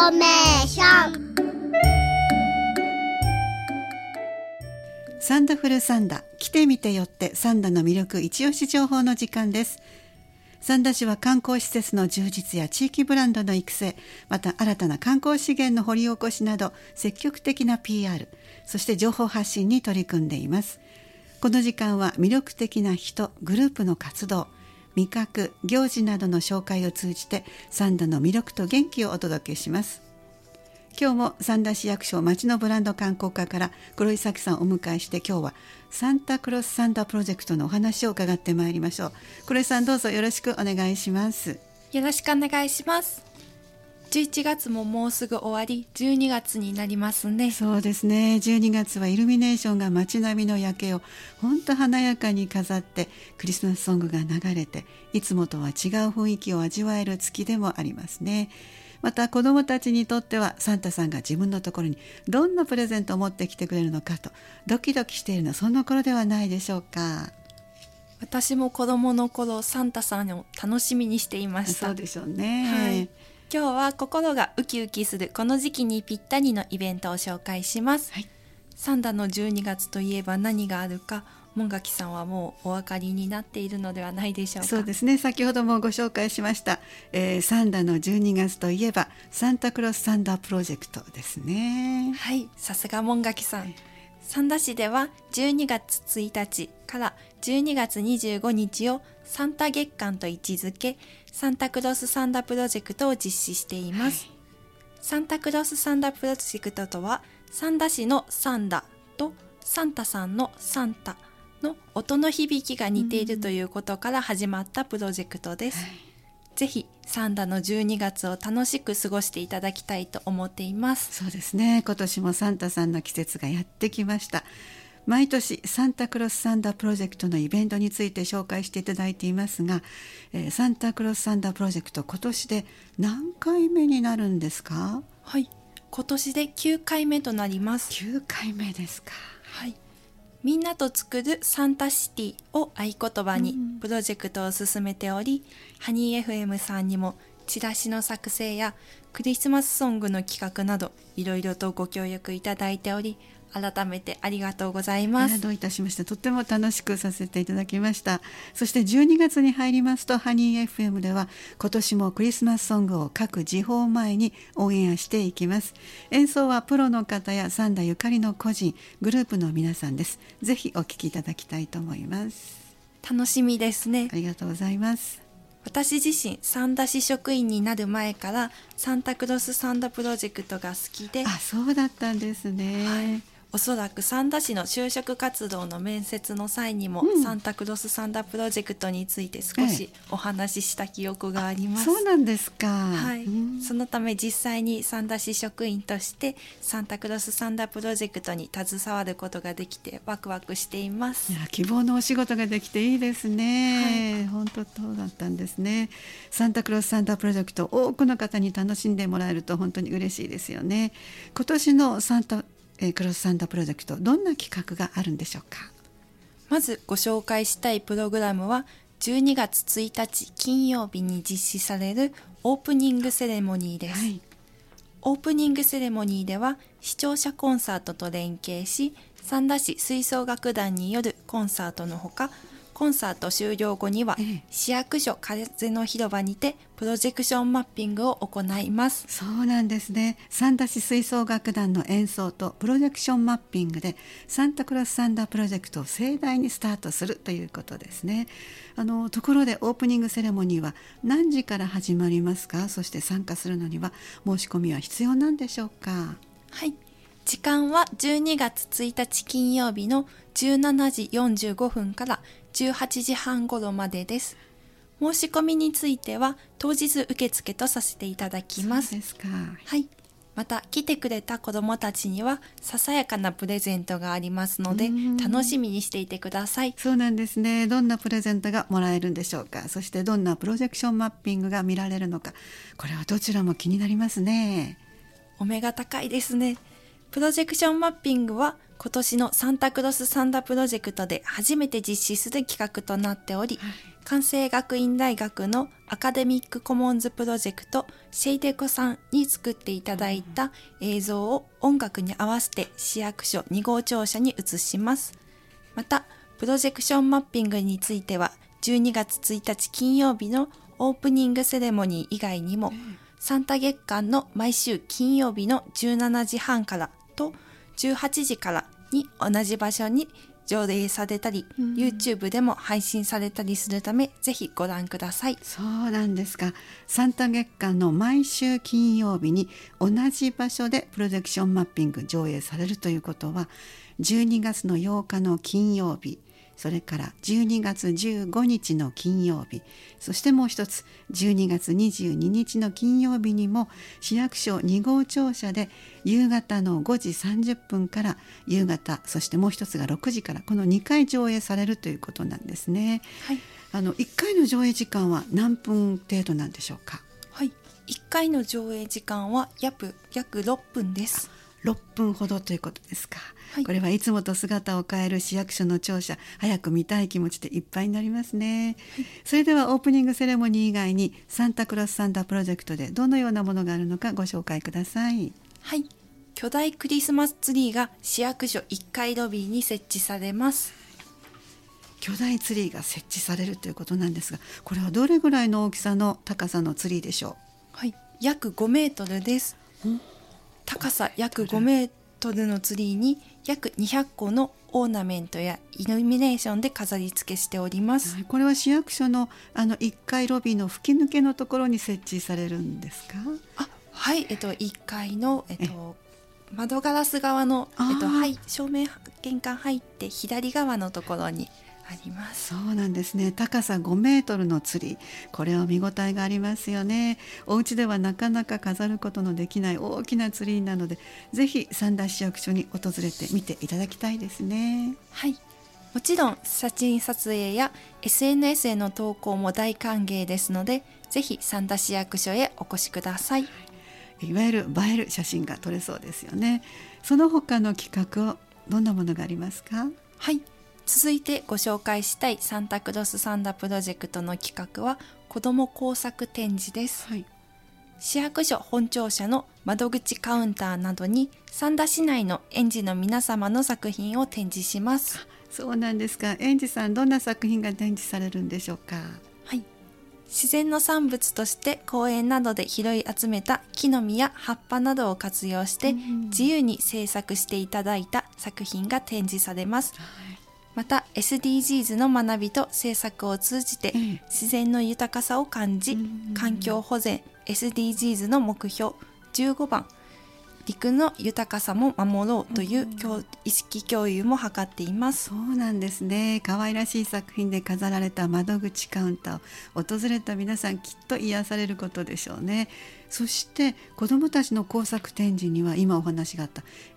ーメーション。 サンダフルサンダ、来てみてよってサンダの魅力一押し情報の時間です。サンダ市は観光施設の充実や地域ブランドの育成、また新たな観光資源の掘り起こしなど積極的な PR、そして情報発信に取り組んでいます。この時間は魅力的な人、グループの活動、味覚、行事などの紹介を通じてサンダの魅力と元気をお届けします。今日もサンダ市役所町のブランド観光課から黒井咲さんをお迎えして、今日はサンタクロスサンダプロジェクトのお話を伺ってまいりましょう。黒井さん、どうぞよろしくお願いします。 よろしくお願いします。11月ももうすぐ終わり、12月になりますね。 そうですね、12月はイルミネーションが街並みの夜景を本当華やかに飾って、クリスマスソングが流れて、いつもとは違う雰囲気を味わえる月でもありますね。また子どもたちにとっては、サンタさんが自分のところにどんなプレゼントを持ってきてくれるのかとドキドキしているのはそんな頃ではないでしょうか。 私も子供の頃、サンタさんを楽しみにしていました。 そうでしょうね、 はい、今日は心がウキウキするこの時期にぴったりのイベントを紹介します、はい、サンダの12月といえば何があるか、門垣さんはもうお分かりになっているのではないでしょうか。 そうですね、先ほどもご紹介しました、サンダの12月といえばサンタクロスサンダプロジェクトですね。 はい、さすが門垣さん。サンダ市では12月1日から12月25日をサンタ月間と位置づけ、サンタクロスサンダプロジェクトを実施しています、はい、サンタクロスサンダプロジェクトとは、サンダ市のサンダとサンタさんのサンタの音の響きが似ているということから始まったプロジェクトです、はい、ぜひサンダの12月を楽しく過ごしていただきたいと思っています。 そうですね、今年もサンタさんの季節がやってきました。毎年サンタクロスサンダプロジェクトのイベントについて紹介していただいていますが、サンタクロスサンダプロジェクト、今年で何回目になるんですか？ はい、今年で9回目となります。 9回目ですか。 はい、みんなと作るサンタシティを合言葉にプロジェクトを進めており、ハニー FM さんにもチラシの作成やクリスマスソングの企画などいろいろとご協力いただいており、改めてありがとうございます。 どういたしまして、とっても楽しくさせていただきました。そして12月に入りますと、ハニー FM では今年もクリスマスソングを各時報前にオンエアしていきます。演奏はプロの方やサンダゆかりの個人、グループの皆さんです。ぜひお聴きいただきたいと思います。 楽しみですね。 ありがとうございます。 私自身サンダ市職員になる前からサンタクロスサンダプロジェクトが好きで、 そうだったんですね、はい、 おそらくサンダ市の就職活動の面接の際にも、サンタクロスサンダプロジェクトについて少しお話しした記憶があります。 そうなんですか、 はい、そのため実際にサンダ市職員としてサンタクロスサンダプロジェクトに携わることができてワクワクしています。 いや、希望のお仕事ができていいですね、はい、本当そうだったんですね。サンタクロスサンダプロジェクト、多くの方に楽しんでもらえると本当に嬉しいですよね。今年のサンタクロスサンダプロジェクト、どんな企画があるんでしょうか？ まずご紹介したいプログラムは12月1日金曜日に実施されるオープニングセレモニーです、はい、オープニングセレモニーでは視聴者コンサートと連携し、サンダ市吹奏楽団によるコンサートのほか、コンサート終了後には市役所風の広場にてプロジェクションマッピングを行います。 そうなんですね。サンダ市吹奏楽団の演奏とプロジェクションマッピングでサンタクロスサンダプロジェクトを盛大にスタートするということですね。ところでオープニングセレモニーは何時から始まりますか？そして参加するのには申し込みは必要なんでしょうか？ はい、時間は12月1日金曜日の17時45分から18時半頃までです。申し込みについては当日受付とさせていただきます。 そうですか。 はい。また来てくれた子どもたちにはささやかなプレゼントがありますので、楽しみにしていてください。 そうなんですね。どんなプレゼントがもらえるんでしょうか？そしてどんなプロジェクションマッピングが見られるのか、これはどちらも気になりますね。 お目が高いですね。プロジェクションマッピングは今年のサンタクロスサンダプロジェクトで初めて実施する企画となっており、 関西学院大学のアカデミックコモンズプロジェクトシェイデコさんに作っていただいた映像を音楽に合わせて市役所2号庁舎に移します。またプロジェクションマッピングについては12月1日金曜日のオープニングセレモニー以外にも、サンタ月間の毎週金曜日の17時半からと18時からに同じ場所に上映されたり、YouTube でも配信されたりするため、ぜひご覧ください。 そうなんですか。サンタ月間の毎週金曜日に同じ場所でプロジェクションマッピング上映されるということは、12月の8日の金曜日、それから12月15日の金曜日、そしてもう一つ12月22日の金曜日にも市役所2号庁舎で夕方の5時30分から夕方、そしてもう一つが6時から、この2回上映されるということなんですね。 はい、 1回の上映時間は何分程度なんでしょうか。 はい、1回の上映時間は約6分です。 6分ほどということですか。 はい、 これはいつもと姿を変える市役所の庁舎、早く見たい気持ちでいっぱいになりますね。はい、それではオープニングセレモニー以外にサンタクロスサンタプロジェクトでどのようなものがあるのかご紹介ください。 はい、巨大クリスマスツリーが市役所1階ロビーに設置されます。 巨大ツリーが設置されるということなんですが、これはどれぐらいの大きさの高さのツリーでしょう。はい、約5メートルです。高さ約5メートルのツリーに約200個のオーナメントやイルミネーションで飾り付けしております。 これは市役所の1階ロビーの吹き抜けのところに設置されるんですか。 はい、1階の、窓ガラス側の、正面玄関入って左側のところにあります。 そうなんですね。高さ5メートルのツリー、これは見応えがありますよね。お家ではなかなか飾ることのできない大きなツリーなので、ぜひ三田市役所に訪れて見ていただきたいですね。 はい、もちろん写真撮影や SNS への投稿も大歓迎ですので、ぜひ三田市役所へお越しください。 いわゆる映える写真が撮れそうですよね。その他の企画はどんなものがありますか。 はい、続いてご紹介したいサンタクロスサンタプロジェクトの企画は子ども工作展示です。 はい、 市役所本庁舎の窓口カウンターなどに三田市内の園児の皆様の作品を展示します。 そうなんですか。園児さん、どんな作品が展示されるんでしょうか。 はい、自然の産物として公園などで拾い集めた木の実や葉っぱなどを活用して自由に制作していただいた作品が展示されます。また SDGs の学びと制作を通じて自然の豊かさを感じ、環境保全 SDGs の目標15番陸の豊かさも守ろうという意識共有も図っています。 そうなんですね。可愛らしい作品で飾られた窓口カウンターを訪れた皆さん、きっと癒されることでしょうね。そして子どもたちの工作展示には今お話があった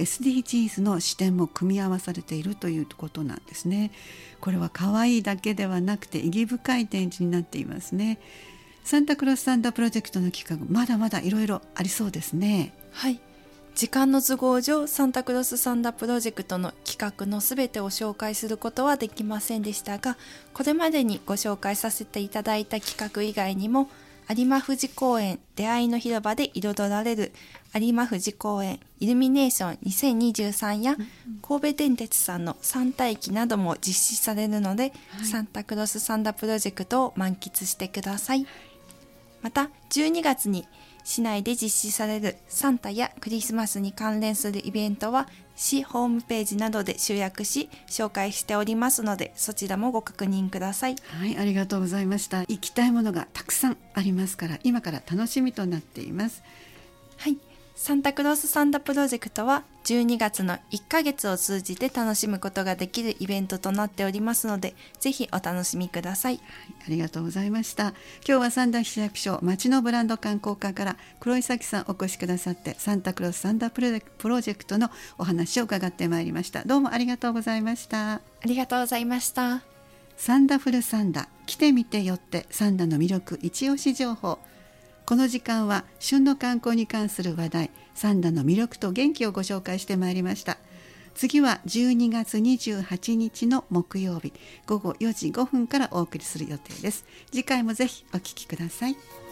SDGs の視点も組み合わされているということなんですね。これは可愛いだけではなくて意義深い展示になっていますね。サンタクロスサンタプロジェクトの企画、まだまだいろいろありそうですね。 はい、時間の都合上サンタクロスサンタプロジェクトの企画のすべてを紹介することはできませんでしたが、これまでにご紹介させていただいた企画以外にも有馬富士公園出会いの広場で彩られる有馬富士公園イルミネーション2023や神戸電鉄さんのサンタ駅なども実施されるので、サンタクロスサンタプロジェクトを満喫してください。また12月に市内で実施されるサンタやクリスマスに関連するイベントは市ホームページなどで集約し紹介しておりますので、そちらもご確認ください。 はい、ありがとうございました。行きたいものがたくさんありますから、今から楽しみとなっています。 はい、サンタクロスサンタプロジェクトは12月の1ヶ月を通じて楽しむことができるイベントとなっておりますので、ぜひお楽しみください。 はい、ありがとうございました。今日は三田市役所町のブランド観光課から黒井咲さんお越しくださって、サンタクロスサンタプロジェクトのお話を伺ってまいりました。どうもありがとうございました。 ありがとうございました。 サンダフルサンダ、来てみてよってサンダの魅力一押し情報。この時間は旬の観光に関する話題、サンダの魅力と元気をご紹介してまいりました。 次は12月28日の木曜日午後4時5分からお送りする予定です。次回もぜひお聞きください。